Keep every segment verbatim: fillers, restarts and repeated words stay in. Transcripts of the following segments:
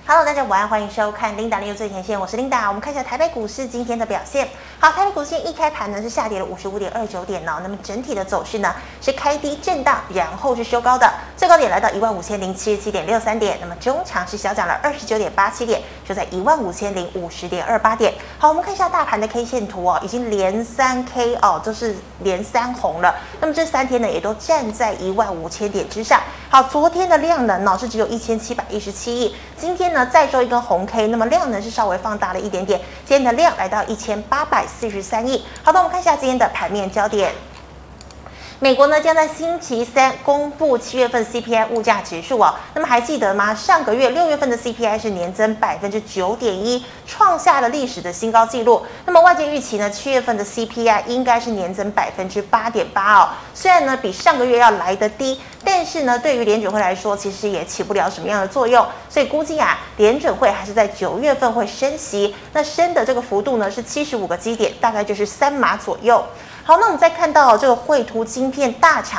Hello， 大家午安，欢迎收看 Linda 六最前线，我是 Linda。我们看一下台北股市今天的表现。好，台北股市一开盘呢是下跌了五十五点二九点哦，那么整体的走势呢是开低震荡，然后是收高的，最高点来到一万五千零七十七点六三点，那么中长是小涨了二十九点八七点，收在一万五千零五十点二八点。好，我们看一下大盘的 K 线图哦，已经连三 K 哦，都是连三红了。那么这三天呢也都站在一万五千点之上。好，昨天的量能呢是只有一千七百一十七亿，今天呢再收一根红 K， 那么量能是稍微放大了一点点，今天的量来到一千八百四十三亿。好的，我们看一下今天的盘面焦点。美国呢将在星期三公布七月份 C P I 物价指数哦。那么还记得吗？上个月六月份的 C P I 是年增百分之九点一，创下了历史的新高纪录。那么外界预期呢，七月份的 C P I 应该是年增百分之八点八哦。虽然呢比上个月要来得低，但是呢对于联准会来说，其实也起不了什么样的作用。所以估计啊，联准会还是在九月份会升息。那升的这个幅度呢是七十五个基点，大概就是三码左右。好，那我们再看到这个绘图晶片大厂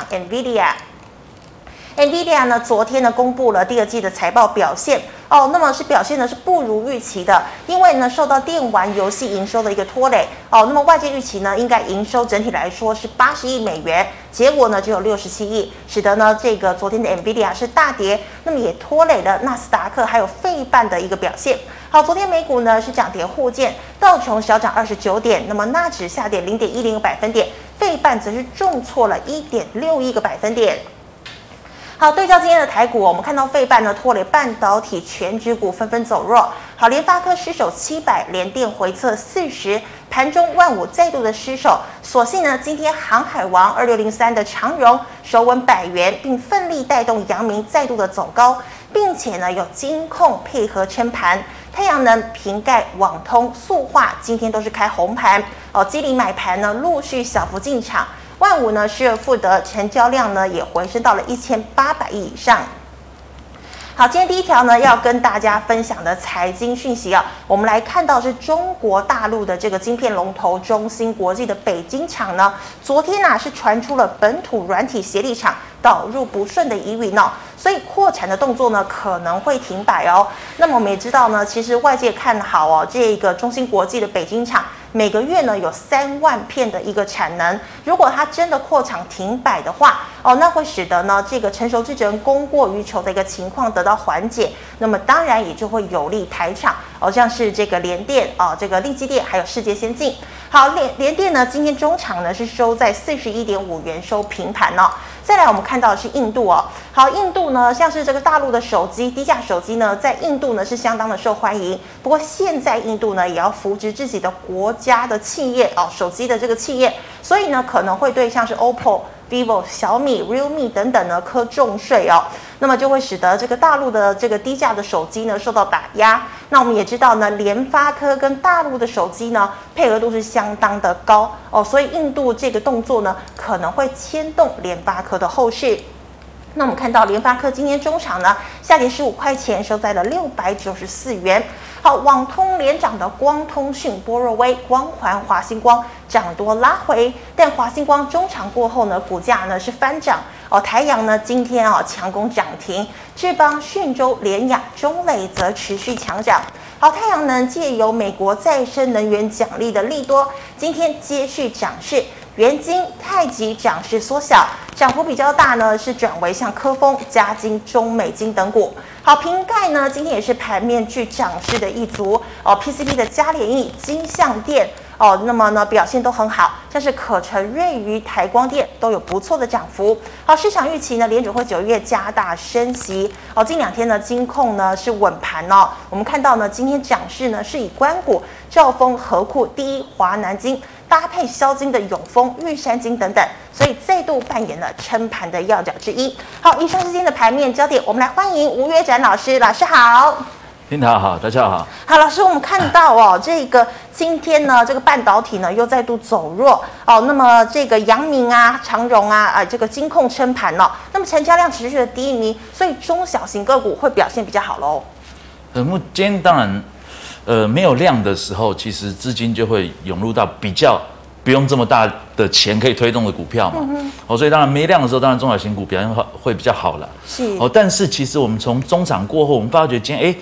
NVIDIA。NVIDIA 呢，昨天呢公布了第二季的财报表现哦，那么是表现呢是不如预期的，因为呢受到电玩游戏营收的一个拖累哦，那么外界预期呢应该营收整体来说是八十亿美元，结果呢只有六十七亿，使得呢这个昨天的 NVIDIA 是大跌，那么也拖累了纳斯达克还有费半的一个表现。好，昨天美股呢是涨跌互见，道琼小涨二十九点，那么纳指下跌零点一零个百分点，费半则是重挫了一点六一个百分点。好，对照今天的台股，我们看到费半呢拖累半导体全指股纷纷走弱。好，联发科失守七百，联电回测四十，盘中万五再度的失守。所幸呢，今天航海王二六零三的长荣守稳百元，并奋力带动阳明再度的走高，并且呢有金控配合撑盘。太阳能、瓶盖、网通、塑化今天都是开红盘哦，基里买盘呢陆续小幅进场。万五呢失而复得，成交量呢也回升到了一千八百亿以上。好，今天第一条呢要跟大家分享的财经讯息啊，我们来看到是中国大陆的这个晶片龙头中芯国际的北京厂呢，昨天啊是传出了本土软体协力厂导入不顺的疑云哦，所以扩产的动作呢可能会停摆哦。那么我们也知道呢，其实外界看好哦，这个中芯国际的北京厂每个月呢有三万片的一个产能，如果它真的扩厂停摆的话，哦，那会使得呢这个成熟制程供过于求的一个情况得到缓解，那么当然也就会有利台厂哦，像是这个联电哦，这个力积电还有世界先进。好，联联电呢今天中场呢是收在四十一点五元，收平盘哦。再来我们看到的是印度哦，好，印度呢像是这个大陆的手机低价手机呢，在印度呢是相当的受欢迎，不过现在印度呢也要扶植自己的国家的企业哦，手机的这个企业，所以呢可能会对像是 O P P O、vivo、小米、realme 等等呢课重税哦，那么就会使得这个大陆的这个低价的手机呢受到打压。那我们也知道呢，联发科跟大陆的手机呢配合度是相当的高哦，所以印度这个动作呢可能会牵动联发科的后市。那我们看到联发科今天中场呢下跌十五块钱，收在了六百九十四元。好，网通连涨的光通讯、波若威、光环、华星光涨多拉回，但华星光中场过后呢，股价呢是翻涨哦。台阳呢今天啊强攻涨停，智邦、讯州、联亚、中磊则持续强涨。好，太阳能借由美国再生能源奖励的利多，今天接续涨势。元晶、太极涨势缩小，涨幅比较大呢，是转为像科丰、嘉金、中美金等股。好，瓶盖呢，今天也是盘面具涨势的一族哦。P C B 的嘉联益、金相电哦，那么呢表现都很好，像是可成、瑞昱、台光电都有不错的涨幅。好，市场预期呢，联准会九月加大升息哦。近两天呢，金控呢是稳盘哦。我们看到呢，今天涨势呢是以官股、兆丰、和库、第一、华南金。搭配销金的永丰、玉山金等等，所以再度扮演了撑盘的要角之一。好，以上是今天的盘面焦点，我们来欢迎吴岳展老师，老师好。 领导好，大家好。 好，老师，我们看到哦，这个今天呢，这个半导体呢又再度走弱哦。那么这个阳明啊、长荣啊，啊这个金控撑盘哦，那么成交量持续的低迷，所以中小型个股会表现比较好喽。 呃，目今天当然。呃，没有量的时候，其实资金就会涌入到比较不用这么大的钱可以推动的股票嘛。嗯、哦，所以当然没量的时候，当然中小型股表现会比较好了。 是。 哦，但是其实我们从中场过后，我们发觉今天，哎，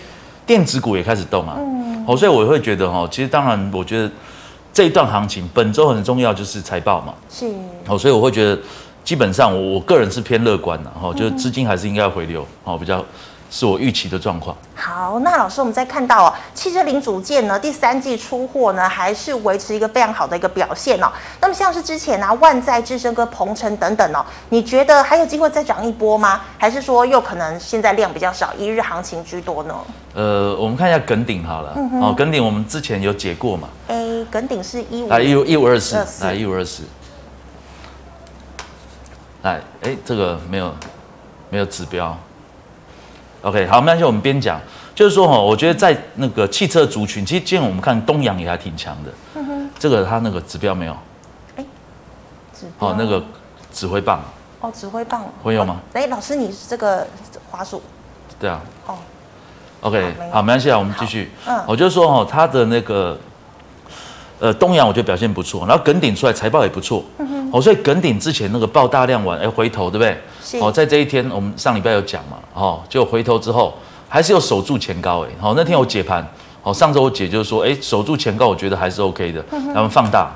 电子股也开始动啊，嗯，哦，所以我会觉得哈，其实当然，我觉得这一段行情本周很重要就是财报嘛， 是， 哦，所以我会觉得基本上我我个人是偏乐观的，哈，就是资金还是应该要回流，哦，比较是我预期的状况。 好，那老师，我们再看到哦，汽车零组件呢，第三季出货呢，还是维持一个非常好的一个表现哦。那么像是之前啊，万载、智深跟鹏程等等哦，你觉得还有机会再涨一波吗？还是说又可能现在量比较少，一日行情居多呢？ 呃，我们看一下耿鼎好了，嗯、哦，耿鼎我们之前有解过嘛？ 哎，耿鼎是一五来一五一五二四，来一五二四，来，哎，这个没有没有指标。OK， 好，没关系，我们边讲，就是说哈，我觉得在那个汽车族群，其实今天我们看东阳也还挺强的，嗯哼，这个它那个指标没有，哎，指标，哦，那个指挥棒， 哦，指挥棒会有吗？ 哎、哦，老师，你这个滑鼠， 对啊， 哦 ，OK， 好，没关系啊，我们继续，嗯，我就说哈，它的那个，呃，东阳我觉得表现不错，然后耿鼎出来财报也不错，嗯哼，哦，所以耿鼎之前那个爆大量完，哎，回头对不对？哦，在这一天，我们上礼拜有讲嘛，哦，就回头之后还是有守住前高，哎，好，那天我解盘，哦，上周我解就是说，哎，守住前高，我觉得还是 OK 的，咱们放大，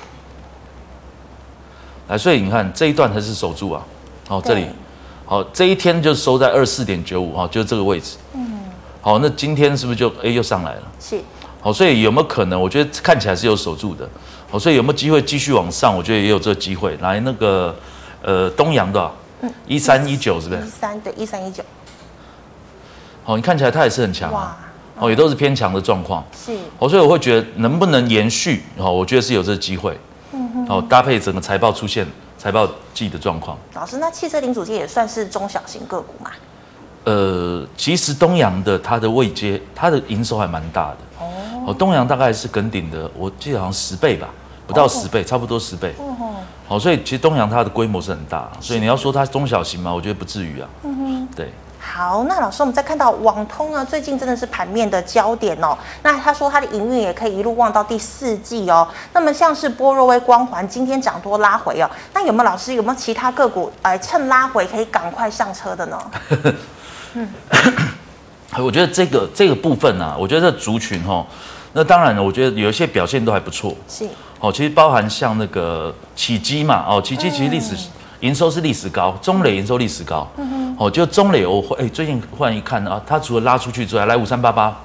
来，所以你看这一段才是守住啊，哦，这里，好，这一天就收在二四点九五，哈，就是这个位置，嗯，好，那今天是不是就哎又上来了？ 是， 好，所以有没有可能？我觉得看起来是有守住的，好，所以有没有机会继续往上？我觉得也有这个机会。来，那个呃，东阳的。嗯，一三一九是不是？ 一三对，一三一九。 好，你看起来它也是很强啊，嗯、哦，也都是偏强的状况。 是， 哦，所以我会觉得能不能延续？哦，我觉得是有这个机会。嗯哼。哦，搭配整个财报出现财报季的状况。 老师，那汽车零组件也算是中小型个股嘛？ 呃，其实东阳的它的位阶，它的营收还蛮大的。哦。哦，东阳大概是耿鼎的，我记得好像十倍吧，不到十倍，哦、差不多十倍。哦。好，所以其实东阳它的规模是很大，所以你要说它中小型嘛，我觉得不至于啊。嗯哼，对。 好，那老师，我们再看到网通呢，最近真的是盘面的焦点哦。那他说他的营运也可以一路望到第四季哦。那么像是波若威光环今天涨多拉回哦，那有没有老师有没有其他个股呃趁拉回可以赶快上车的呢？ 嗯，我觉得这个这个部分啊，我觉得这族群哈、哦，那当然我觉得有一些表现都还不错。 是。 哦，其实包含像那个启基嘛，哦，启基其实历史营收是历史高，中磊营收历史高，嗯哼，哦，就中磊我哎最近忽然一看啊，它除了拉出去之外，来五三八八，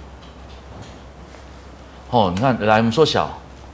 哦，你看来我们缩小，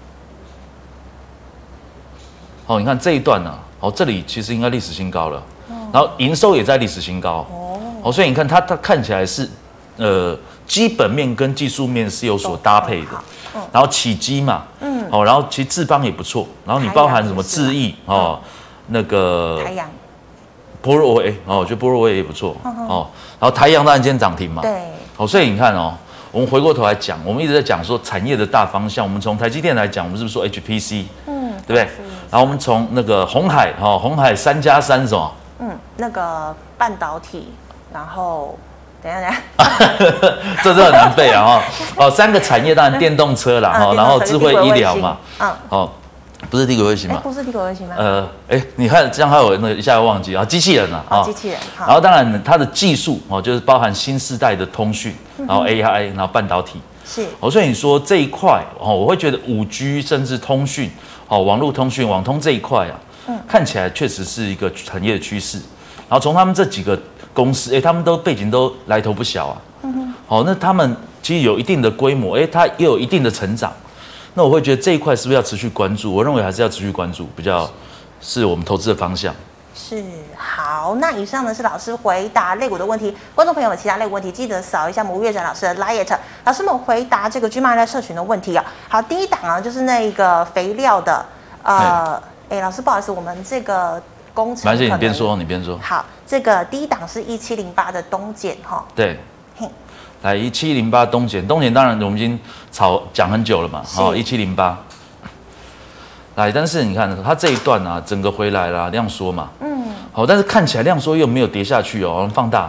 哦，你看这一段呢、啊，哦，这里其实应该历史新高了，哦、然后营收也在历史新高，哦，哦，所以你看它它看起来是呃基本面跟技术面是有所搭配的。然后启基嘛，嗯，哦，然后其实智邦也不错，然后你包含什么智毅哦，那个台阳、 波若威哦，我觉得波若威也不错哦，然后台阳当然今天涨停嘛， 对， 哦，所以你看哦，我们回过头来讲，我们一直在讲说产业的大方向，我们从台积电来讲，我们是不是说 H P C， 嗯，对不对？然后我们从那个鸿海哦，鸿海三加三是什么？ 嗯，那个半导体，然后。等一下，等一下， 这是很难背啊！哦哦，三个产业当然电动车啦，哈、嗯，然后智慧医疗嘛，嗯，哦，不是低轨卫星吗？ 不是低轨卫星吗？ 呃，哎，你看这样还有那个一下又忘记啊，机器人啊， 啊、哦，机器人。 然后当然它的技术哦，就是包含新世代的通讯，然后 A I， 然后半导体， 是。 哦，所以你说这一块哦，我会觉得五 G 甚至通讯，哦，网络通讯、网通这一块啊，嗯，看起来确实是一个产业的趋势。然后从他们这几个公司，哎，他们都背景都来头不小啊。嗯哼。好、哦，那他们其实有一定的规模，哎，它也有一定的成长。那我会觉得这一块是不是要持续关注？我认为还是要持续关注，比较是我们投资的方向。 是，好，那以上呢是老师回答类股的问题，观众朋友们其他类股问题记得扫一下吴岳展老师的 Line， 老师们回答这个G M I社群的问题啊。好，第一档啊就是那个肥料的，呃，哎，老师不好意思，我们这个。工程， 反正你边说，你边说。 好，这个第一档是一七零八的东碱哈。 对。来一七零八东碱，东碱当然我们已经炒讲很久了嘛，好一七零八。来，但是你看它这一段啊，整个回来啦，量缩嘛，嗯，好，但是看起来量缩又没有跌下去哦，我们放大。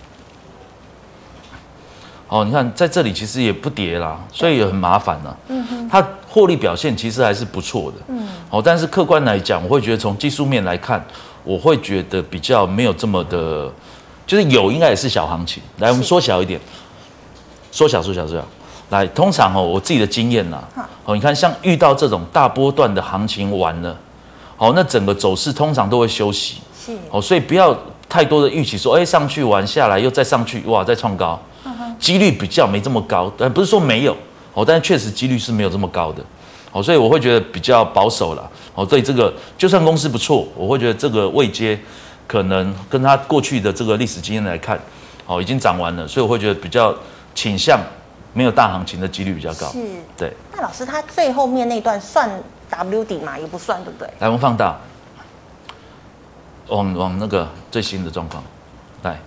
哦，你看在这里其实也不跌啦，所以也很麻烦了。嗯哼，它获利表现其实还是不错的。嗯，好，但是客观来讲，我会觉得从技术面来看，我会觉得比较没有这么的，就是有应该也是小行情。来，我们缩小一点， 缩小缩小缩小。来，通常哦，我自己的经验呐，哦，你看像遇到这种大波段的行情完了，哦，那整个走势通常都会休息， 是， 哦，所以不要太多的预期说，哎，上去完下来又再上去，哇，再创高，几率比较没这么高，但不是说没有，哦，但是确实几率是没有这么高的，哦，所以我会觉得比较保守啦，哦，对这个就算公司不错，我会觉得这个位阶可能跟他过去的这个历史经验来看，哦，已经涨完了，所以我会觉得比较倾向。没有大行情的几率比较高， 是， 对。 那老师，他最后面那段算 W 底吗？也不算，对不对？ 来，我们放大，往往那个最新的状况，来，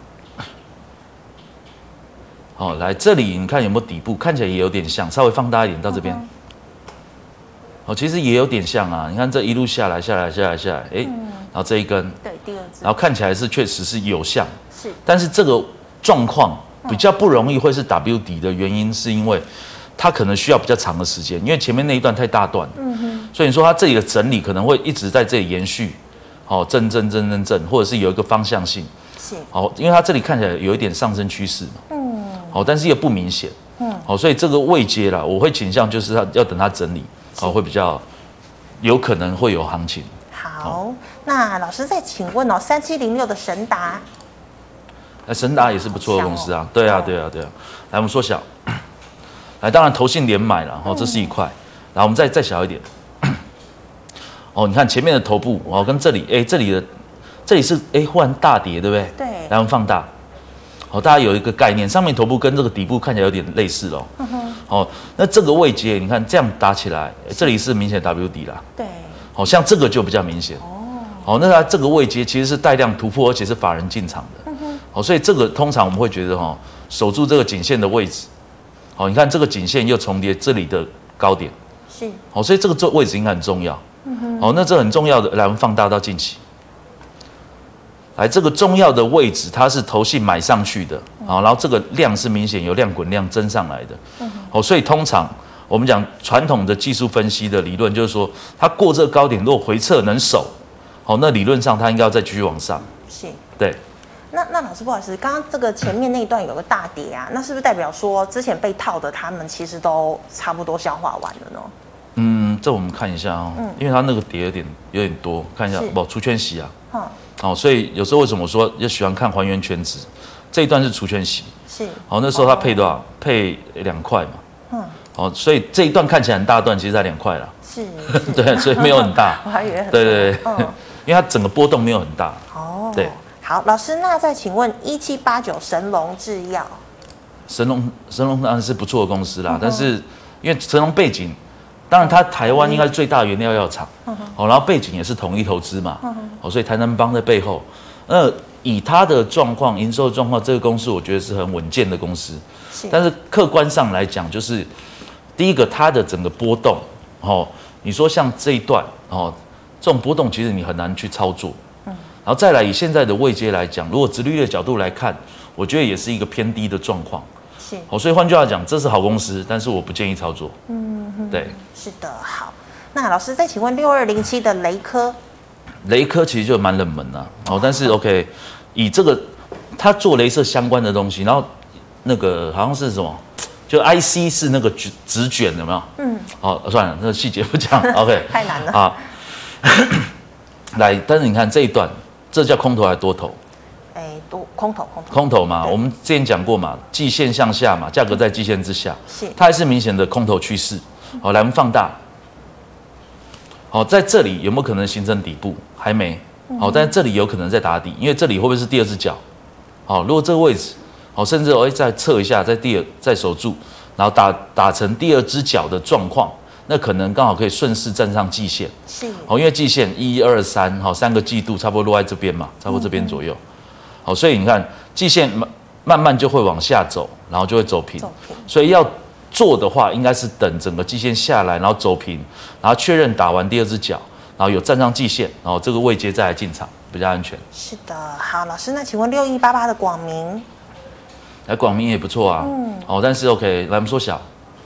好，来这里你看有没有底部？看起来也有点像，稍微放大一点到这边，哦，其实也有点像啊。你看这一路下来，下来，下来，下来，哎，然后这一根， 对，第二支， 然后看起来是确实是有像， 是， 但是这个状况。比较不容易会是 W 底的原因，是因为它可能需要比较长的时间，因为前面那一段太大段，嗯哼，所以你说它这里的整理可能会一直在这里延续，好，正正正正正，或者是有一个方向性， 是， 好，因为它这里看起来有一点上升趋势嘛，嗯，好，但是也不明显，嗯，好，所以这个位阶啦，我会倾向就是它要等它整理，好，会比较有可能会有行情。 好，那老师再请问哦，三七零六的神达。 来，神达也是不错的公司啊，对啊，对啊，对啊。来，我们缩小，来，当然投信连买了，哦，这是一块。来，我们再再小一点。哦，你看前面的头部，哦，跟这里，哎，这里的，这里是哎忽然大跌，对不对？ 对。 来，我们放大。哦，大家有一个概念，上面头部跟这个底部看起来有点类似哦。嗯哼。哦，那这个位阶，你看这样打起来，这里是明显 W 底啦。 对。 好像这个就比较明显。哦。好，那它这个位阶其实是带量突破，而且是法人进场的。好，所以这个通常我们会觉得哈，守住这个颈线的位置，好，你看这个颈线又重叠这里的高点， 是， 好，所以这个位置应该很重要，嗯哼，好，那这很重要的，来我们放大到近期，来这个重要的位置，它是投信买上去的，好，然后这个量是明显有量滚量增上来的，嗯哼，好，所以通常我们讲传统的技术分析的理论，就是说它过这个高点如果回撤能守，好，那理论上它应该要再继续往上， 是， 对。 那那老师不好意思，刚刚这个前面那一段有个大跌啊，那是不是代表说之前被套的他们其实都差不多消化完了呢？ 嗯，这我们看一下哦，嗯、因为它那个跌有点有点多，看一下不除权息啊，嗯，哦，所以有时候为什么说要喜欢看还原全值？这一段是除权息， 是， 好、哦，那时候它配多少？哦、配两块嘛，嗯，好、哦，所以这一段看起来很大段，其实才两块啦， 是， 对，所以没有很大， 我还以为很大， 对对对，嗯、因为它整个波动没有很大， 哦， 对。 好，老师，那再请问一七八九神龙制药， 神龙神龙当然是不错的公司啦，嗯、但是因为神龙背景，当然它台湾应该是最大的原料药厂，嗯、哦，然后背景也是统一投资嘛，嗯、哦，所以台南帮在背后，那以它的状况、营收的状况，这个公司我觉得是很稳健的公司，是但是客观上来讲，就是第一个它的整个波动，哦，你说像这一段，哦，这种波动其实你很难去操作。然后再来以现在的位阶来讲，如果殖利率的角度来看，我觉得也是一个偏低的状况。是，好，所以换句话讲，这是好公司，但是我不建议操作。嗯，对， 是的，好。那老师再请问六二零七的雷科， 雷科其实就蛮冷门的、啊，哦，但是 OK， 以这个他做雷射相关的东西，然后那个好像是什么，就 I C 是那个纸卷有没有？嗯，好、哦，算了，那个细节不讲 ，OK， 太难了啊。来，但是你看这一段。这叫空头还是多头？ 哎，多空头，空头。 空头嘛，我们之前讲过嘛，季线向下嘛，价格在季线之下， 是它还是明显的空头趋势。好，来我们放大。好，在这里有没有可能形成底部？还没。好，但是这里有可能在打底，因为这里会不会是第二只脚？好，如果这个位置，好，甚至我会再测一下，在第二再守住，然后打打成第二只脚的状况。那可能刚好可以顺势站上季线，是好，因为季线一二三，好三个季度差不多落在这边嘛，差不多这边左右，好，所以你看季线慢慢慢就会往下走，然后就会走平，走平所以要做的话，应该是等整个季线下来，然后走平，然后确认打完第二只脚，然后有站上季线，然后这个位阶再来进场，比较安全。 是的，好，老师，那请问六一八八的广明， 来广明也不错啊，嗯，好，但是 OK， 来我们缩小。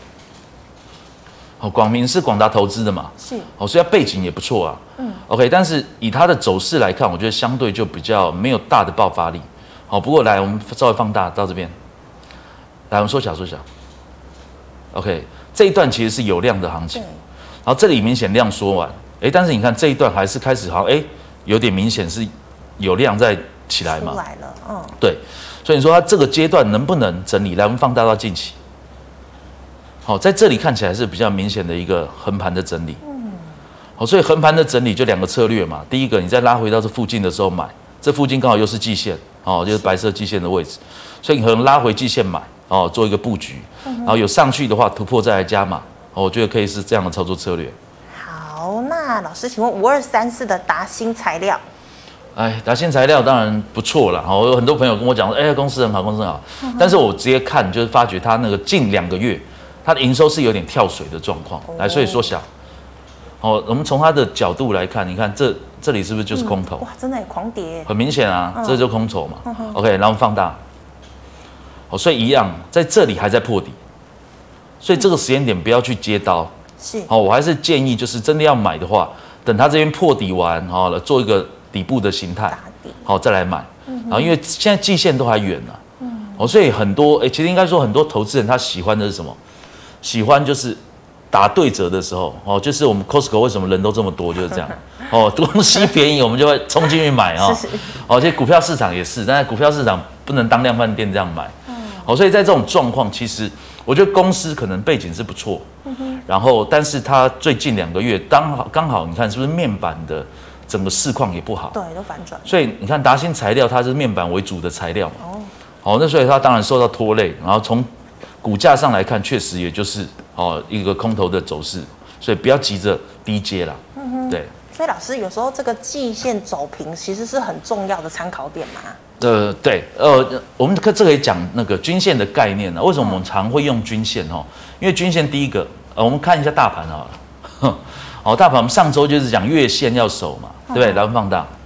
好，广明是广达投资的嘛，是，好，所以它背景也不错啊，嗯 ，OK， 但是以它的走势来看，我觉得相对就比较没有大的爆发力，好，不过来我们稍微放大到这边， 来我们缩小缩小 ，OK， 这一段其实是有量的行情，然后这里明显量缩完，哎，但是你看这一段还是开始好像哎有点明显是有量在起来嘛， 出来了，嗯， 对，所以你说它这个阶段能不能整理？来，我们放大到近期，好，在这里看起来是比较明显的一个横盘的整理，嗯，好，所以横盘的整理就两个策略嘛，第一个你在拉回到这附近的时候买，这附近刚好又是季线，哦，就是白色季线的位置，所以你可能拉回季线买，哦，做一个布局，然后有上去的话突破再来加码，哦，我觉得可以是这样的操作策略。 好，那老师，请问五二三四的达新材料？ 哎，达新材料当然不错啦，哦，有很多朋友跟我讲说，哎，公司很好，公司很好，嗯、但是我直接看就是发觉它那个近两个月它的营收是有点跳水的状况，来，所以缩小。哦，我们从它的角度来看，你看这这里是不是就是空头？ 嗯、哇，真的狂跌， 很明显啊， 嗯、 这就空头嘛。 嗯、 OK， 然后放大。哦，所以一样，在这里还在破底，所以这个时间点不要去接刀。 是。 哦，我还是建议，就是真的要买的话，等它这边破底完，好了，做一个底部的形态，好再来买。嗯、然后因为现在季线都还远呢、啊，嗯，哦，所以很多，哎，其实应该说很多投资人他喜欢的是什么？喜欢就是打对折的时候，哦，就是我们 Costco 为什么人都这么多，就是这样。哦，东西便宜，我们就会冲进去买啊。哦，其实股票市场也是，但是股票市场不能当量贩店这样买。哦，所以在这种状况，其实我觉得公司可能背景是不错，嗯、然后但是它最近两个月刚好刚好，你看是不是面板的整个市况也不好？ 对，都反转。 所以你看达新材料它是面板为主的材料嘛，哦，哦，那所以它当然受到拖累，然后从股价上来看，确实也就是哦一个空头的走势，所以不要急着低接啦，嗯、对。 所以老师有时候这个季线走平其实是很重要的参考点嘛。 呃，对，呃，我们可这个也讲那个均线的概念呢、啊。为什么我们常会用均线哦？因为均线第一个，呃，我们看一下大盘好了。哦，大盘我们上周就是讲月线要守嘛，对不对？来放大，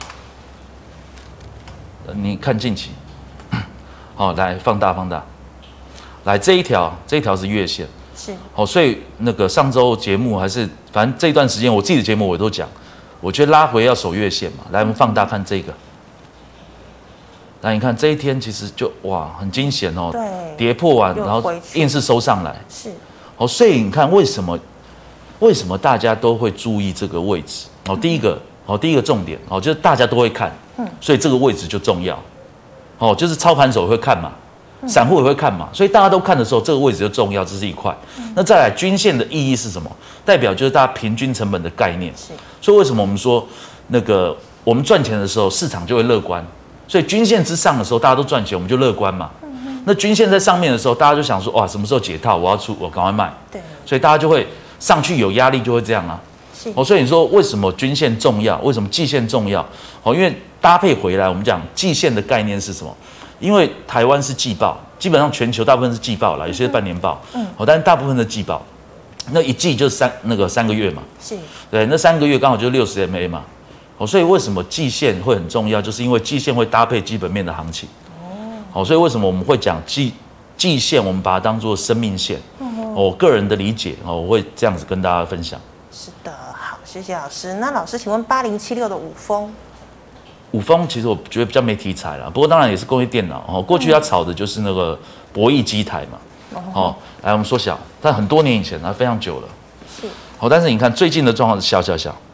你看近期，好、哦，来放大放大，来这一条，这一条是月线。 是， 好，所以那个上周节目还是，反正这一段时间我自己的节目我都讲，我觉得拉回要守月线嘛。来，我们放大看这个，来你看这一天其实就哇很惊险哦， 对， 跌破完然后硬是收上来， 是， 哦，所以你看为什么为什么大家都会注意这个位置？哦，第一个，哦，第一个重点，哦，就是大家都会看，嗯，所以这个位置就重要，哦，就是操盘手会看嘛。散户也会看嘛，所以大家都看的时候，这个位置就重要，这是一块。那再来，均线的意义是什么？代表就是大家平均成本的概念。所以为什么我们说那个我们赚钱的时候，市场就会乐观？所以均线之上的时候，大家都赚钱，我们就乐观嘛。那均线在上面的时候，大家就想说，哇，什么时候解套？我要出，我赶快卖。对。所以大家就会上去有压力，就会这样啊。哦，所以你说为什么均线重要？为什么季线重要？哦，因为搭配回来，我们讲季线的概念是什么？因为台湾是季报，基本上全球大部分是季报啦，有些是半年报，嗯，好，但是大部分的季报，那一季就是三那个三个月嘛，是，对，那三个月刚好就六十 M A 嘛，哦，所以为什么季线会很重要？就是因为季线会搭配基本面的行情，哦，好，所以为什么我们会讲季季线，我们把它当做生命线，嗯，我个人的理解，哦，我会这样子跟大家分享。 是的，好，谢谢老师。那老师，请问八零七六的五峰？ 五峰其实我觉得比较没题材啦，不过当然也是工业电脑哦。过去要炒的就是那个博弈机台嘛，哦，来我们缩小，但很多年以前啊，非常久了。是。好，但是你看最近的状况是小小小。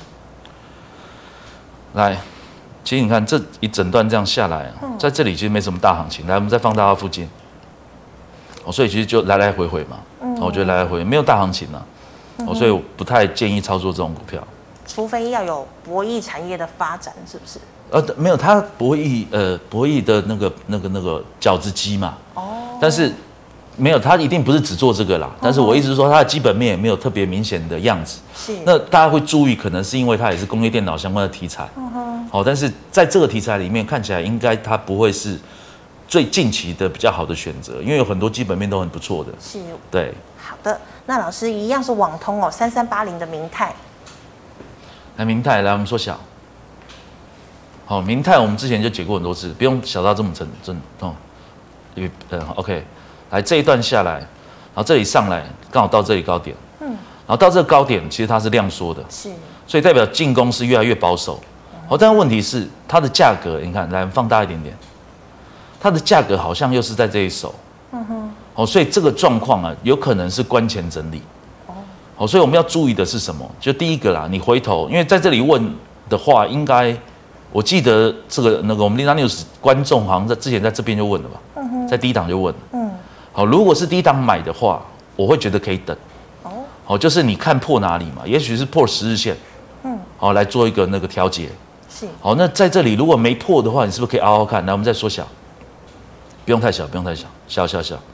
来，其实你看这一整段这样下来，在这里其实没什么大行情。来，我们再放大到附近。哦，所以其实就来来回回嘛。嗯。我觉得来来回回没有大行情啊，哦，所以我不太建议操作这种股票。 除非要有博弈产业的发展，是不是？ 呃，没有，它博弈呃博弈的那个那个那个饺子机嘛，哦，但是没有，它一定不是只做这个啦。但是我一直说它的基本面也没有特别明显的样子，是。那大家会注意，可能是因为它也是工业电脑相关的题材，嗯哼，好，但是在这个题材里面看起来应该它不会是最近期的比较好的选择，因为有很多基本面都很不错的，是，对。 好的，那老师一样是网通哦，三三八零的明泰， 来明泰，来我们缩小。好，明泰我们之前就解过很多次，不用小到这么沉重哦。呃 ，OK， 来这一段下来，然后这里上来刚好到这里高点，嗯，然后到这个高点其实它是量缩的，是，所以代表进攻是越来越保守。好，但是问题是它的价格，你看来放大一点点，它的价格好像又是在这一手， 嗯哼，哦，所以这个状况啊，有可能是关前整理。哦，好，所以我们要注意的是什么？就第一个啦，你回头，因为在这里问的话，应该我记得这个那个我们 Linda News 观众好像在之前在这边就问了吧？嗯哼，在低档就问了。嗯，好，如果是低档买的话，我会觉得可以等。哦，好，就是你看破哪里嘛，也许是破十日线。嗯，好，来做一个那个调节。是，好，那在这里如果没破的话，你是不是可以熬熬看？来，我们再缩小。不用太小，不用太小，小小小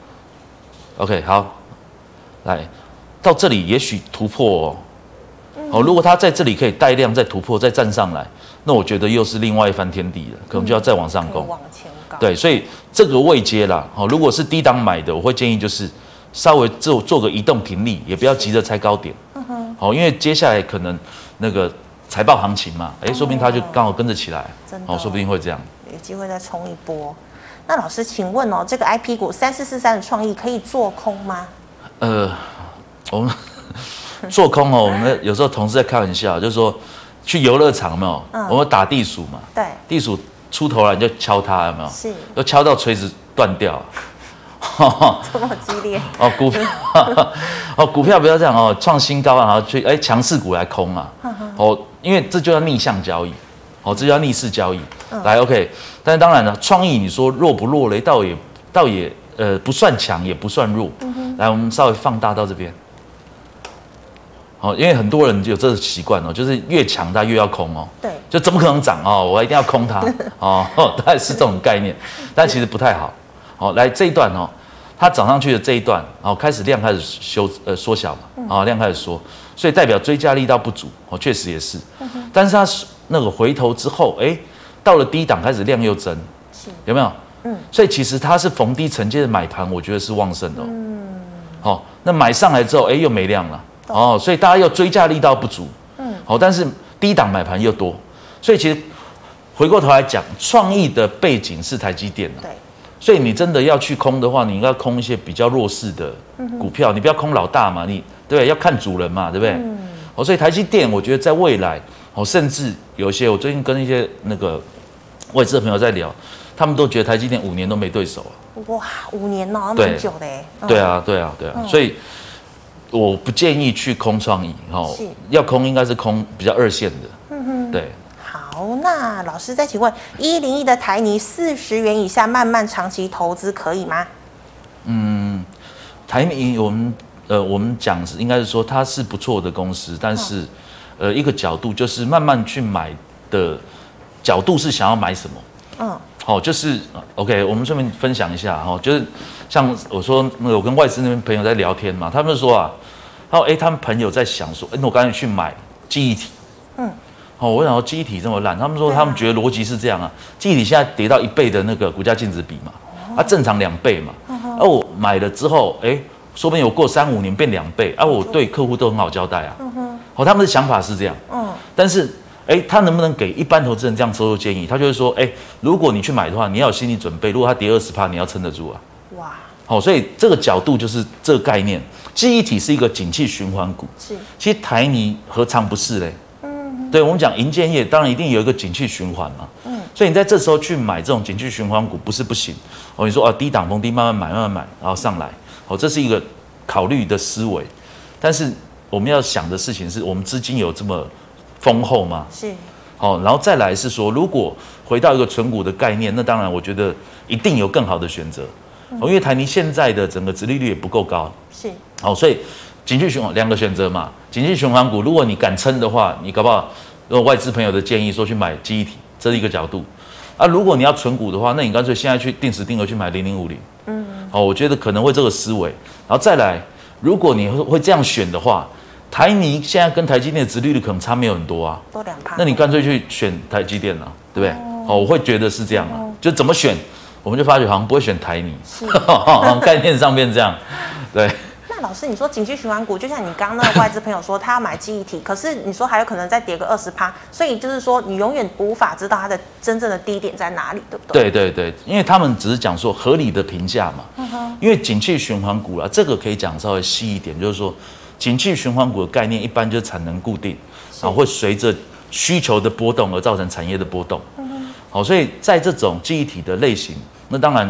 ，OK， 好，来到这里也许突破哦，嗯、哦，如果它在这里可以带量再突破再站上来，那我觉得又是另外一番天地了，可能就要再往上攻， 往前高， 对，所以这个位阶啦，好、哦，如果是低档买的，我会建议就是稍微做做个移动停利，也不要急着猜高点，嗯哼，好、哦，因为接下来可能那个财报行情嘛，哎，说不定它就刚好跟着起来，真的，哦，说不定会这样， 有机会再冲一波。那老师，请问哦，这个 I P 股三四四三的创意可以做空吗？ 呃，我们做空哦，我们有时候同事在开玩笑，就是说去游乐场有没有？嗯、我们打地鼠嘛， 对， 地鼠出头来你就敲它，有没有？ 是， 要敲到锤子断掉。 这么激烈哦，股票哦，股票不要这样哦，创新高然后去哎强势股来空啊，哦，因为这就要逆向交易。哦，这叫逆势交易。嗯、来 ，OK， 但是当然了，创意你说弱不弱嘞？倒也倒也呃不算强，也不算弱。嗯、来，我们稍微放大到这边。哦，因为很多人有这个习惯哦，就是越强它越要空哦。 对。 就怎么可能涨哦？我一定要空它哦，大概是这种概念，但其实不太好。好、哦，来这一段哦，它涨上去的这一段，哦，开始量开始修呃缩小嘛，啊、哦，量开始缩，所以代表追加力道不足。哦，确实也是。嗯、但是它那个回头之后，哎，到了低档开始量又增，有没有？嗯，所以其实它是逢低承接的买盘，我觉得是旺盛的、哦。嗯，好、哦，那买上来之后，哎，又没量了，哦，所以大家又追价力道不足，嗯，好、哦，但是低档买盘又多，所以其实回过头来讲，创意的背景是台积电的， 对， 所以你真的要去空的话，你应该空一些比较弱势的股票，嗯、你不要空老大嘛，你对不对？要看主人嘛，对不对？嗯，哦，所以台积电，我觉得在未来。哦，甚至有一些我最近跟一些那个外资的朋友在聊，他们都觉得台积电五年都没对手啊。 哇，五年哦，那么久嘞。 对啊，对啊，对啊，嗯、所以我不建议去空创意，哦，要空应该是空比较二线的。嗯哼，对。 好，那老师再请问，一零一的台泥四十元以下慢慢长期投资可以吗？嗯， 台泥我们呃我们讲是应该是说它是不错的公司，但是。嗯呃，一个角度就是慢慢去买的角度是想要买什么？嗯，好、哦，就是 OK， 我们顺便分享一下哈、哦，就是像我说那个我跟外资那边朋友在聊天嘛，他们说啊，他说哎，他们朋友在想说，哎，我赶紧去买记忆体，嗯，好、哦，我想说记忆体这么烂，他们说他们觉得逻辑是这样啊，记忆体现在跌到一倍的那个股价净值比嘛，哦、啊，正常两倍嘛，嗯、啊，我买了之后，哎，说不定有过三五年变两倍，啊，我对客户都很好交代啊。嗯哦，他们的想法是这样，嗯，但是，哎，他能不能给一般投资人这样收购建议？他就是说，哎，如果你去买的话，你要有心理准备，如果它跌二十趴，你要撑得住啊。哇，好、哦，所以这个角度就是这个概念。记忆体是一个景气循环股，是，其实台泥何尝不是嘞？嗯，对我们讲营建业，当然一定有一个景气循环嘛，嗯，所以你在这时候去买这种景气循环股不是不行。哦，你说啊，低档逢低慢慢买，慢慢买，然后上来，哦，这是一个考虑的思维，但是。我们要想的事情是我们资金有这么丰厚吗？是，好、哦，然后再来是说，如果回到一个存股的概念，那当然我觉得一定有更好的选择，嗯、因为台泥现在的整个殖利率也不够高，是，好、哦，所以景气循环两个选择嘛，景气循环股，如果你敢撑的话，你搞不好，如果外资朋友的建议说去买记忆体，这是一个角度，啊，如果你要存股的话，那你干脆现在去定时定额去买零零五零，嗯，好、哦，我觉得可能会这个思维，然后再来，如果你会这样选的话。台泥现在跟台积电的殖利率可能差没有很多啊， 多两趴。 那你干脆去选台积电啊，对不对？哦，哦我会觉得是这样啊，哦、就怎么选，我们就发觉好像不会选台泥，是概念上面这样，对。 那老师，你说景气循环股，就像你刚刚那个外资朋友说，他要买记忆体，可是你说还有可能再跌个二十趴，所以就是说你永远无法知道它的真正的低点在哪里，对不对？ 对对对，因为他们只是讲说合理的评价嘛，嗯、因为景气循环股啊，这个可以讲稍微细一点，就是说。景气循环股的概念一般就是产能固定，然后会随着需求的波动而造成产业的波动。嗯、好，所以在这种记忆体的类型，那当然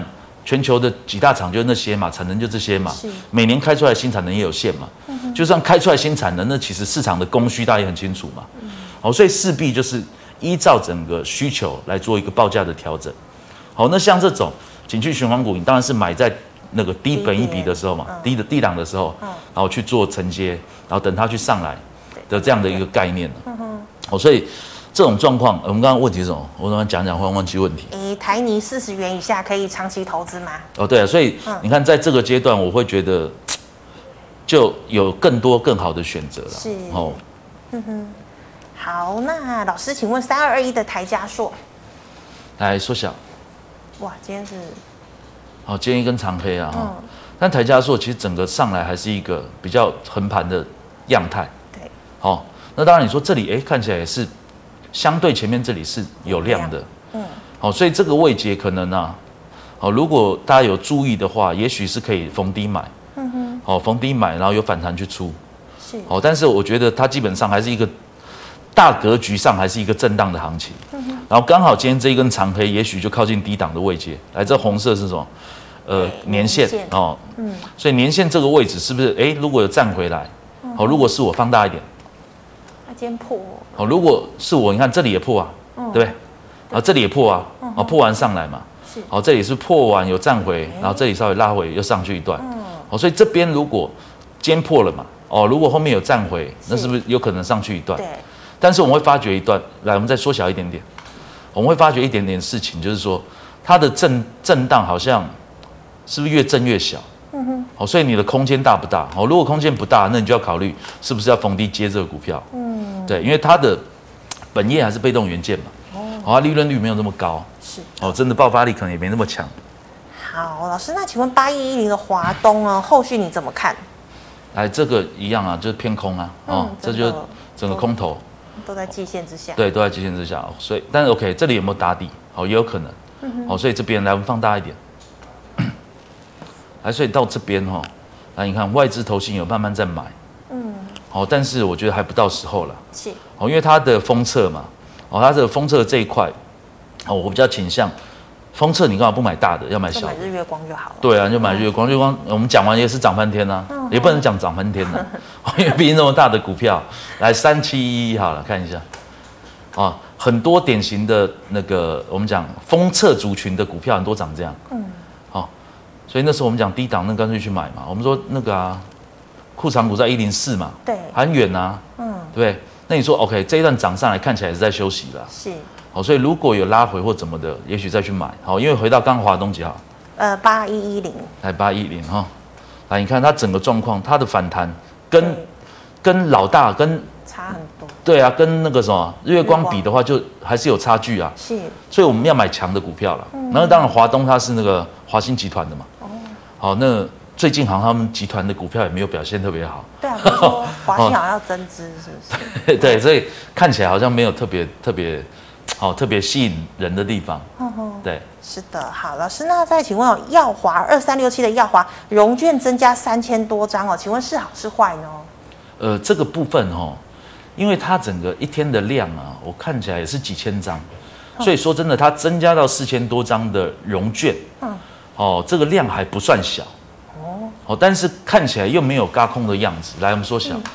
全球的几大厂就那些嘛，产能就这些嘛，每年开出来新产能也有限嘛，嗯、就算开出来新产能，那其实市场的供需大家也很清楚嘛，嗯、好，所以势必就是依照整个需求来做一个报价的调整。好，那像这种景气循环股，你当然是买在那个低本益比的时候嘛，嗯、低的低档的时候，嗯、然后去做承接，然后等它去上来的这样的一个概念。嗯、好，所以这种状况，我们刚刚问题是什么？我刚刚讲讲，忽然忘记问题。 诶，台泥四十元以下可以长期投资吗？ 哦，对啊，所以你看，在这个阶段，我会觉得就有更多更好的选择了。 是哦，嗯哼。好，那老师，请问三二二一的台嘉硕， 来缩小。 哇，今天是， 好，今天一根长黑啊，嗯、但台嘉硕其实整个上来还是一个比较横盘的样态。 对， 好，那当然你说这里哎看起来也是相对前面这里是有量的，嗯，好，所以这个位阶可能啊，好，如果大家有注意的话，也许是可以逢低买，嗯哼，好，逢低买，然后有反弹去出，是，好，但是我觉得它基本上还是一个。大格局上还是一个震荡的行情，嗯、然后刚好今天这一根长黑，也许就靠近低档的位阶。来，这红色是什么？呃，年线哦，嗯，所以年线这个位置是不是？哎，如果有站回来，好、嗯，如果是我放大一点， 它今天破， 好，如果是我，你看这里也破啊，嗯、对不对？然后这里也破啊，嗯、破完上来嘛，是，好，这里是破完有站回，然后这里稍微拉回又上去一段，嗯，好，所以这边如果今天破了嘛，哦，如果后面有站回，那是不是有可能上去一段？对。但是我们会发觉一段，来，我们再缩小一点点，我们会发觉一点点事情，就是说它的震震荡好像是不是越震越小？嗯哼。好，所以你的空间大不大？好，如果空间不大，那你就要考虑是不是要逢低接这个股票。嗯。对，因为它的本业还是被动元件嘛，哦，好，它利润率没有那么高，是，哦，真的爆发力可能也没那么强。 好，老师，那请问八一一零的华东呢？后续你怎么看？ 来，这个一样啊，就是偏空啊，哦，嗯、这就是整个空头。 都在季线之下， 对，都在季线之下，所以，但是 OK， 这里有没有打底？好，也有可能，嗯、好，所以这边来我们放大一点，来，所以到这边哈，来你看外资投信有慢慢在买，嗯，好，但是我觉得还不到时候了，是，好，因为它的封测嘛，哦，它这个封测这一块，哦，我比较倾向封测，你干嘛不买大的，要买小的？ 买日月光就好了。 对啊，就买日月光，日月光我们讲完也是涨翻天呐、啊，嗯、也不能讲涨翻天呐、啊，因为毕竟那么大的股票，来三七一一好了，看一下，啊，很多典型的那个我们讲封测族群的股票，很多涨这样，嗯，好，所以那时候我们讲低档，那干脆去买嘛。我们说那个啊，库藏股在一零四嘛，对，很远啊，嗯，对不对？那你说 OK， 这一段涨上来看起来也是在休息了，是。好，所以如果有拉回或怎么的，也许再去买。好，因为回到刚华东几号？ 呃，八一一零。 来八一零哈，来你看它整个状况，它的反弹跟跟老大跟差很多。 对啊，跟那个什么日月光比的话，就还是有差距啊。是。所以我们要买强的股票了。嗯。然后当然华东它是那个华兴集团的嘛。哦。好，那最近好像他们集团的股票也没有表现特别好。 对啊，不是说华兴好像要增资，是不是？对，所以看起来好像没有特别特别。好，特别吸引人的地方。嗯对， 是的。好，老师，那再请问哦，耀华二三六七的耀华融券增加三千多张哦，请问是好是坏呢？ 呃，这个部分哦，因为它整个一天的量啊，我看起来也是几千张，嗯、所以说真的，它增加到四千多张的融券，嗯，哦，这个量还不算小，哦，哦，但是看起来又没有轧空的样子。来，我们缩小。嗯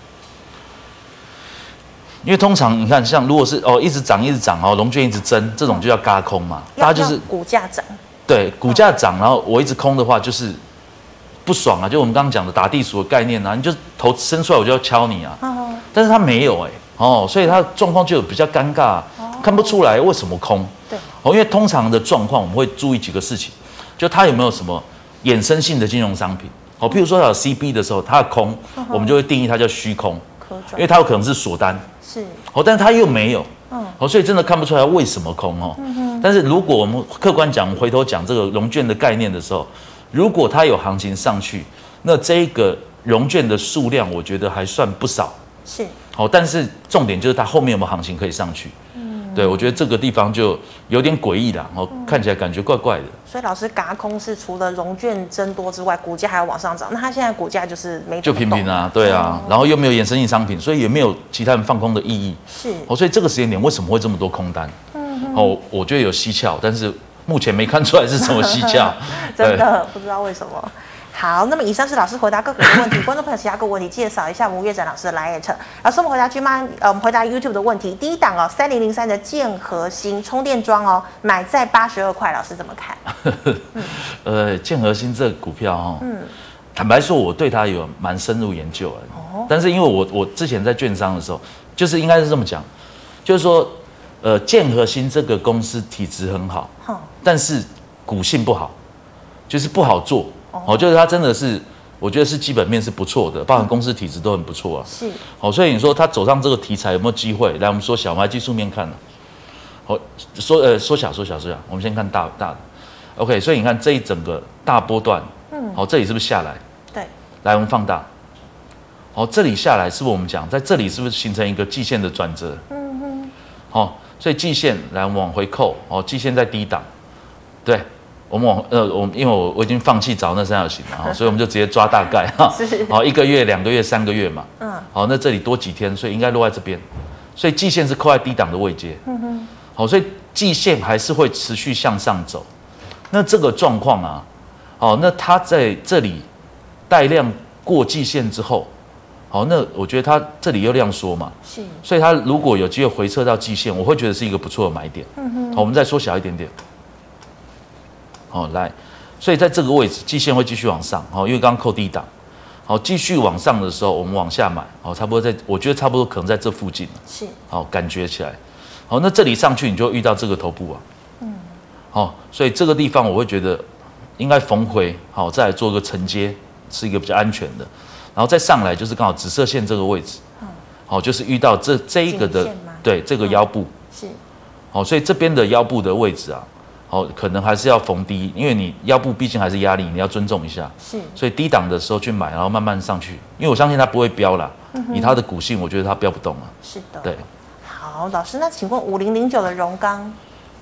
因为通常你看，像如果是哦一直涨一直涨哦，融券一直增，这种就叫轧空嘛，大家就是股价涨， 对，股价涨，然后我一直空的话，就是不爽啊，就我们刚刚讲的打地鼠的概念啊，你就头伸出来我就要敲你啊，哦、但是他没有哎、欸，哦，所以他状况就有比较尴尬、啊，哦、看不出来为什么空，对，哦，因为通常的状况我们会注意几个事情，就它有没有什么衍生性的金融商品，哦，譬如说它有 C B 的时候，它的空，哦、我们就会定义它叫虚空，因为它有可能是锁单。是，哦，但是它又没有，嗯，哦，所以真的看不出来为什么空哦。嗯哼。但是如果我们客观讲，回头讲这个融券的概念的时候，如果它有行情上去，那这个融券的数量，我觉得还算不少。是。好、哦，但是重点就是它后面有没有行情可以上去。嗯。对，我觉得这个地方就有点诡异啦，哦，嗯、看起来感觉怪怪的。 所以老师轧空是除了融券增多之外，股价还要往上涨。那它现在股价就是没就平平啊，对啊，嗯、然后又没有衍生性商品，所以也没有其他人放空的意义。是。哦，所以这个时间点为什么会这么多空单？嗯。哦，我觉得有蹊跷，但是目前没看出来是什么蹊跷， 真的不知道为什么。好，那么以上是老师回答个股的问题，观众朋友其他个股问题介绍一下我们岳展老师的来也车。老师，我们回答君妈，呃，我们回答 YouTube 的问题。第一档哦，三零零三的建和兴充电桩哦，买在八十二块，老师怎么看？ 嗯、呃，建和兴这个股票哦，嗯，坦白说，我对它有蛮深入研究的。哦，但是因为我我之前在券商的时候，就是应该是这么讲，就是说，呃，建和兴这个公司体质很好，哦、但是股性不好，就是不好做。哦，就是它真的是，我觉得是基本面是不错的，包含公司体质都很不错啊。是。好，所以你说它走上这个题材有没有机会？来，我们缩小，我们来技术面看了。好，缩呃缩小缩小缩小，我们先看大大的。OK， 所以你看这一整个大波段，嗯，好，这里是不是下来？ 对。 来，我们放大。好，这里下来是不是我们讲在这里是不是形成一个季线的转折？嗯哼。好，所以季线来我们往回扣，哦，季线在低档，对。我们往呃，我因为我我已经放弃找那三角形了哈，所以我们就直接抓大概哈，好，一个月、两个月、三个月嘛，嗯，好，那这里多几天，所以应该落在这边，所以季线是扣在低档的位阶，嗯哼，好，所以季线还是会持续向上走，那这个状况啊，好，那它在这里带量过季线之后，好，那我觉得它这里又量缩嘛，是，所以它如果有机会回撤到季线，我会觉得是一个不错的买点，嗯哼，好，我们再缩小一点点。好，来，所以在这个位置，季线会继续往上，好，因为刚刚扣低档，好，继续往上的时候，我们往下买，好，差不多在，我觉得差不多可能在这附近，是，好，感觉起来，好，那这里上去你就会遇到这个头部啊，嗯，好，所以这个地方我会觉得应该逢回，好，再来做个承接，是一个比较安全的，然后再上来就是刚好紫色线这个位置，嗯，好，就是遇到这这一个的，对，这个腰部，是，好，所以这边的腰部的位置啊。好，可能还是要逢低，因为你腰部毕竟还是压力，你要尊重一下。是，所以低档的时候去买，然后慢慢上去，因为我相信它不会飙啦。嗯、以它的股性，我觉得它飙不动啊。 是的。 对。 好，老师，那请问五零零九的荣钢？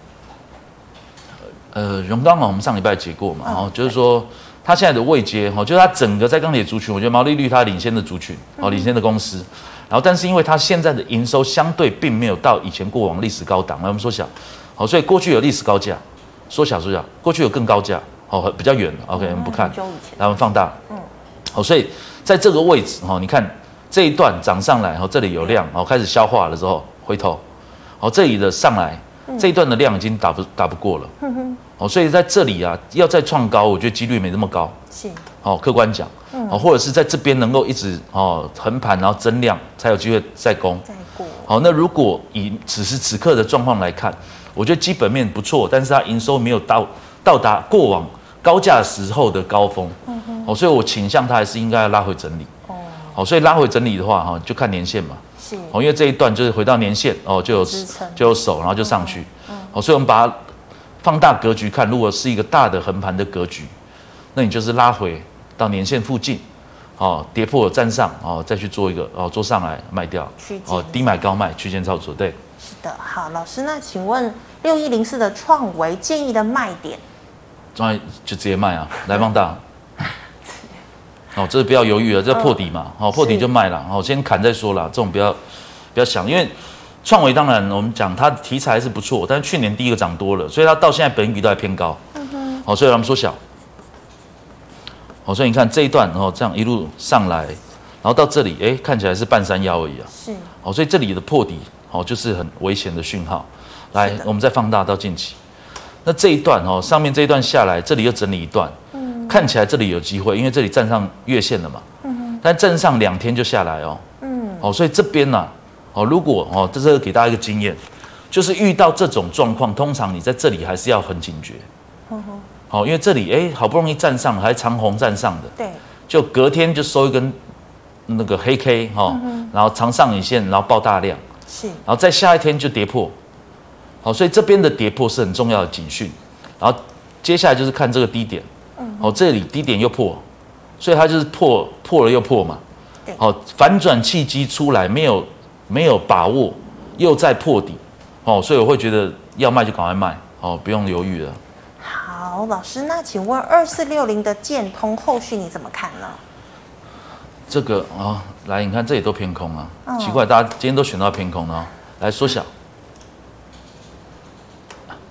呃，荣钢嘛，我们上礼拜解过嘛，然后、嗯、就是说它现在的位阶，哈，就是它整个在钢铁族群，我觉得毛利率它领先的族群，哦，领先的公司。然后，但是因为它现在的营收相对并没有到以前过往历史高档，来我们缩小，好，所以过去有历史高价。缩小缩小，过去有更高价，哦，比较远 ，OK， 我们不看，来我们放大，嗯，好，所以在这个位置，哈，你看这一段涨上来，然后这里有量，然后开始消化了之后回头，好，这里的上来这一段的量已经打不打不过了，嗯哼，好，所以在这里啊，要再创高，我觉得几率没那么高，是，好，客观讲，嗯，好，或者是在这边能够一直哦横盘，然后增量，才有机会再攻，再过，好，那如果以此时此刻的状况来看。我觉得基本面不错，但是它营收没有到到达过往高价时候的高峰，嗯哼，哦，所以我倾向它还是应该要拉回整理，哦，好，所以拉回整理的话，哈，就看年线嘛，是，哦，因为这一段就是回到年线，哦，就有就有手，然后就上去，嗯，好，所以我们把它放大格局看，如果是一个大的横盘的格局，那你就是拉回到年线附近，哦，跌破站上，哦，再去做一个哦做上来卖掉，哦，低买高卖区间操作，对。 是的，好，老师，那请问六一零四的创维建议的卖点？ 创维就直接卖啊，来放大。哦，这不要犹豫了，这破底嘛，好、哦，破底就卖了，好、哦，先砍再说啦，这种不要不要想，因为创维当然我们讲它题材是不错，但是去年第一个涨多了，所以它到现在本益比都还偏高，嗯哼，好、哦，所以我们缩小，好、哦，所以你看这一段，然、哦、后这样一路上来，然后到这里，哎，看起来是半山腰而已啊，是，好、哦，所以这里的破底。好，就是很危险的讯号。来，我们再放大到近期。那这一段哦，上面这一段下来，这里又整理一段，嗯，看起来这里有机会，因为这里站上月线了嘛，嗯，但站上两天就下来哦，嗯，哦，所以这边呢、啊，哦，如果哦，这是给大家一个经验，就是遇到这种状况，通常你在这里还是要很警觉，嗯哼，好，因为这里哎，好不容易站上，还长红站上的，对，就隔天就收一根那个黑 K 哈、哦，嗯、然后长上影线，然后爆大量。是，然后再下一天就跌破，好，所以这边的跌破是很重要的警讯，然后接下来就是看这个低点，嗯，好，这里低点又破，所以它就是破破了又破嘛，对，好，反转契机出来没有没有把握，又在破底，哦，所以我会觉得要卖就赶快卖，哦，不用犹豫了。 好，老师，那请问二四六零的建通后续你怎么看呢？ 这个啊、哦，来，你看这里都偏空啊，哦、奇怪，大家今天都选到偏空了、哦。来缩小，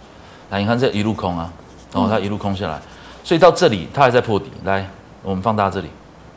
来，你看这一路空啊，然后它一路空下来，所以到这里它还在破底。来，我们放大这里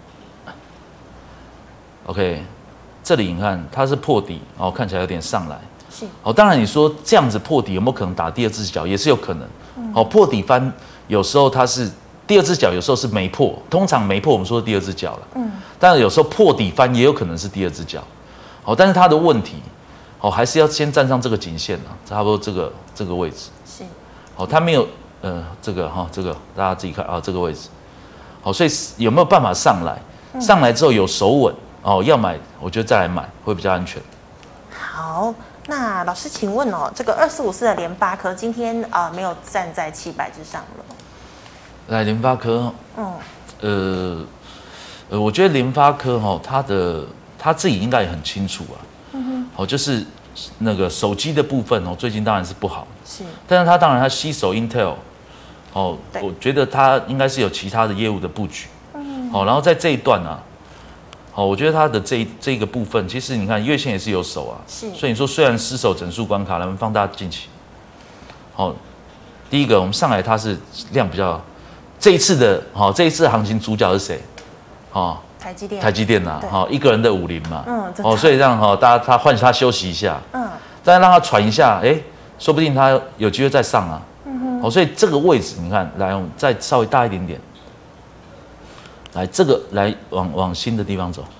，OK， 这里你看它是破底，哦，看起来有点上来。是。哦，当然你说这样子破底有没有可能打第二只脚，也是有可能。嗯、哦，破底翻有时候它是第二只脚，有时候是没破，通常没破我们说第二只脚了。嗯。但是有时候破底翻也有可能是第二只脚。哦，但是它的问题，哦，还是要先站上这个颈线啊，差不多这个这个位置。是。哦，它没有。呃，这个哈，这个大家自己看啊，这个位置，好，所以有没有办法上来？嗯、上来之后有手稳哦，要买，我觉得再来买会比较安全。 好，那老师，请问哦，这个二四五四的联发科今天啊、呃、没有站在七百之上了。 来，联发科，嗯，呃呃，我觉得联发科哈，它的他自己应该也很清楚啊，嗯哼，好，就是那个手机的部分哦，最近当然是不好，是，但是它当然它吸手 Intel。哦，我觉得它应该是有其他的业务的布局，嗯，好，然后在这一段啊，好，我觉得它的这这个部分，其实你看月线也是有手啊，是，所以你说虽然失守整数关卡，我们放大近期，好，第一个我们上来它是量比较，这一次的，好，这一次的行情主角是谁？哦， 台积电， 台积电呐，好，一个人的五零嘛，嗯，哦，所以让哈大家他换他休息一下，嗯，再让他喘一下，哎，说不定他有机会再上啊。哦，所以这个位置你看，来，我们再稍微大一点点，来这个来往往新的地方走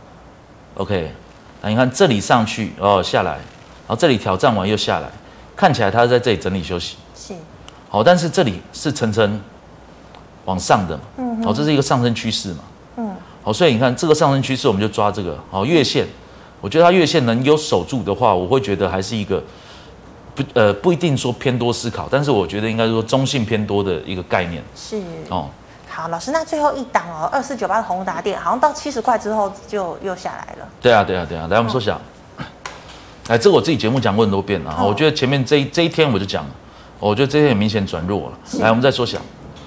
，OK， 来你看这里上去哦下来，然后这里挑战完又下来，看起来它是在这里整理休息，是，好，但是这里是层层往上的嘛，嗯，好，这是一个上升趋势嘛，嗯，好，所以你看这个上升趋势，我们就抓这个，好，月线，我觉得它月线能有守住的话，我会觉得还是一个。不呃不一定说偏多思考，但是我觉得应该说中性偏多的一个概念是哦。好，老师，那最后一档哦，二四九八的宏达电，好像到七十块之后就又下来了。 对啊，对啊，对啊。来，我们缩小。哦、来，这个我自己节目讲过很多遍了、哦。我觉得前面这一这一天我就讲了，我觉得这一天很明显转弱了。来，我们再缩小，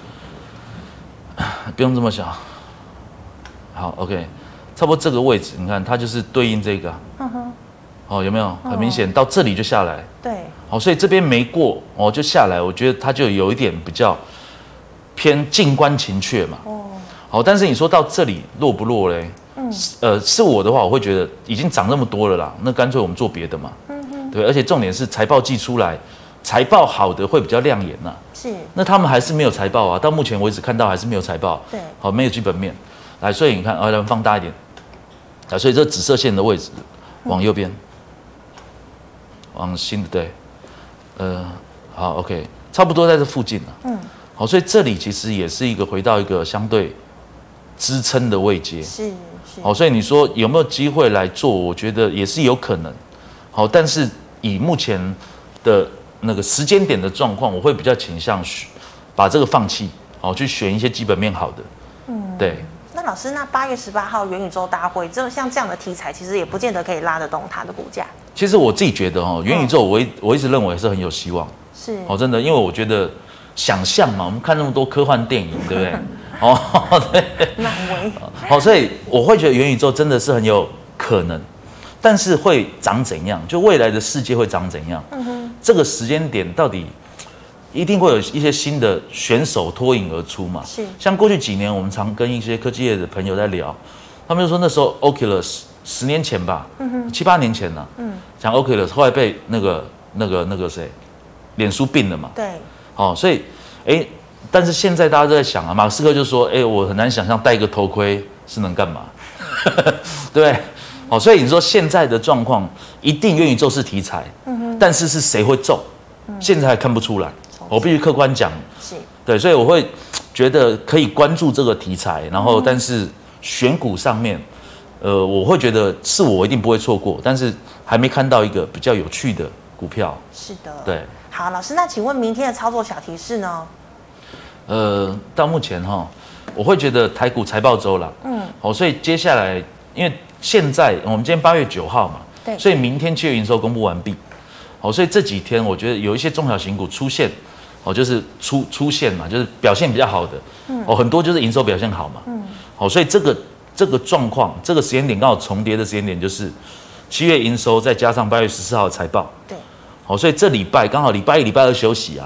不用这么小。好 ，OK， 差不多这个位置，你看它就是对应这个、啊。嗯哼。哦，有没有很明显、哦、到这里就下来？对，好、哦，所以这边没过哦，就下来。我觉得它就有一点比较偏静观情却嘛。哦，好，但是你说到这里弱不弱嘞？嗯，呃，是我的话，我会觉得已经涨那么多了啦，那干脆我们做别的嘛。嗯哼，对，而且重点是财报季出来，财报好的会比较亮眼呐。是，那他们还是没有财报啊，到目前为止看到还是没有财报。对，好，没有基本面。来，所以你看，啊，来放大一点。啊，所以这紫色线的位置往右边。嗯，往新的对，呃，好 ，OK， 差不多在这附近了。嗯，好，所以这里其实也是一个回到一个相对支撑的位阶。是是。好，所以你说有没有机会来做？我觉得也是有可能。好，但是以目前的那个时间点的状况，我会比较倾向把这个放弃，好，去选一些基本面好的。嗯，对。 那老师，那八月十八号元宇宙大会，这像这样的题材，其实也不见得可以拉得动它的股价。 其实我自己觉得哦，元宇宙我一我一直认为是很有希望，是哦，真的，因为我觉得想象嘛，我们看那么多科幻电影，对不对？哦，对，漫威，好，所以我会觉得元宇宙真的是很有可能，但是会长怎样？就未来的世界会长怎样？嗯哼，这个时间点到底一定会有一些新的选手脱颖而出嘛？是，像过去几年，我们常跟一些科技业的朋友在聊，他们就说那时候 Oculus。十年前吧，嗯、七八年前呢、啊，嗯，讲 OK 了，后来被那个、那个、那个谁，脸书并了嘛，对，哦，所以，哎，但是现在大家都在想啊，马斯克就说，哎，我很难想象戴一个头盔是能干嘛，对，哦，所以你说现在的状况，一定元宇宙是题材，嗯哼，但是是谁会中，嗯、现在还看不出来，我必须客观讲，是，对，所以我会觉得可以关注这个题材，然后但是选股上面。呃，我会觉得是我一定不会错过，但是还没看到一个比较有趣的股票。是的，对。 好，老师，那请问明天的操作小提示呢？ 呃，到目前哈，我会觉得台股财报周啦，嗯，好，所以接下来，因为现在我们今天八月九号嘛，对，所以明天七月营收公布完毕，好，所以这几天我觉得有一些中小型股出现，哦，就是出出现嘛，就是表现比较好的，嗯，哦，很多就是营收表现好嘛，嗯，好，所以这个。这个状况，这个时间点刚好重叠的时间点就是七月营收，再加上八月十四号的财报。对，好，所以这礼拜刚好礼拜一、礼拜二休息啊，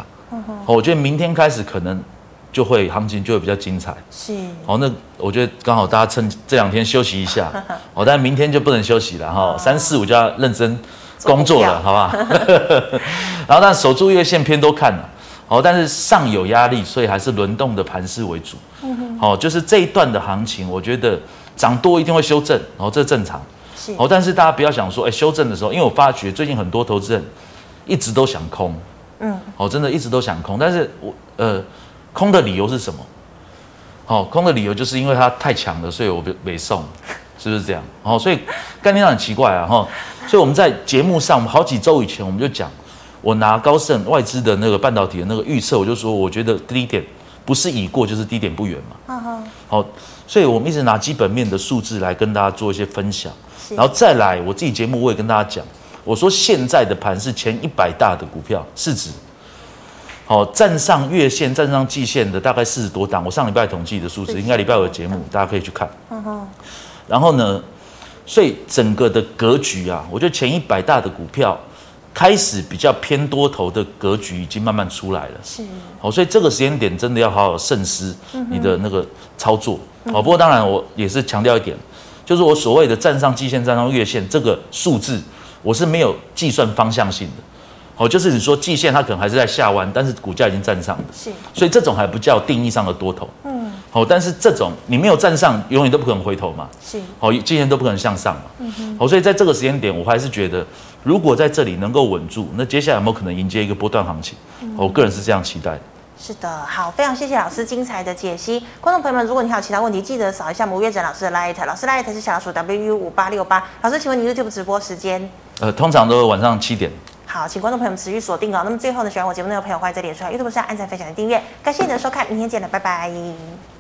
哦，我觉得明天开始可能就会行情就会比较精彩。 是。 哦，那我觉得刚好大家趁这两天休息一下，哦，但明天就不能休息了哈，三四五就要认真工作了，好不好？然后但守住月线偏多看了，哦，但是上有压力，所以还是轮动的盘势为主。嗯哦，就是这一段的行情，我觉得涨多一定会修正，哦，这正常。是。哦，但是大家不要想说，哎，修正的时候，因为我发觉最近很多投资人一直都想空，嗯，哦，真的一直都想空，但是我呃，空的理由是什么？哦，空的理由就是因为它太强了，所以我没送，是不是这样？哦，所以概念上很奇怪啊，哈。所以我们在节目上，好几周以前我们就讲，我拿高盛外资的那个半导体的那个预测，我就说，我觉得低点不是已过就是低点不远嘛。嗯哼。好，所以我们一直拿基本面的数字来跟大家做一些分享，然后再来我自己节目我也跟大家讲，我说现在的盘是前一百大的股票市值。好，站上月线、站上季线的大概四十多档，我上礼拜统计的数字，应该礼拜五的节目大家可以去看。嗯哼。然后呢，所以整个的格局啊，我觉得前一百大的股票开始比较偏多头的格局已经慢慢出来了。是。好，所以这个时间点真的要好好慎思你的那个操作。好，不过当然我也是强调一点，就是我所谓的站上季线、站上月线这个数字，我是没有计算方向性的。哦，就是你说季线它可能还是在下弯，但是股价已经站上了，是，所以这种还不叫定义上的多头。嗯，好，但是这种你没有站上，永远都不可能回头嘛。是，好，季线都不可能向上嘛。嗯哼，好，所以在这个时间点，我还是觉得，如果在这里能够稳住，那接下来有没有可能迎接一个波段行情？嗯、我个人是这样期待的。 是的，好，非常谢谢老师精彩的解析。观众朋友们，如果你还有其他问题，记得扫一下魔月展老师的 Light， 老师 Light 是小老鼠 W U 五八六八。老师，请问你 YouTube 直播时间？ 呃，通常都晚上七点。 好，请观众朋友们持续锁定哦。那么最后呢，喜欢我节目内容的朋友，欢迎在脸书、YouTube 上按赞、分享、订阅。感谢你的收看，明天见了，拜拜。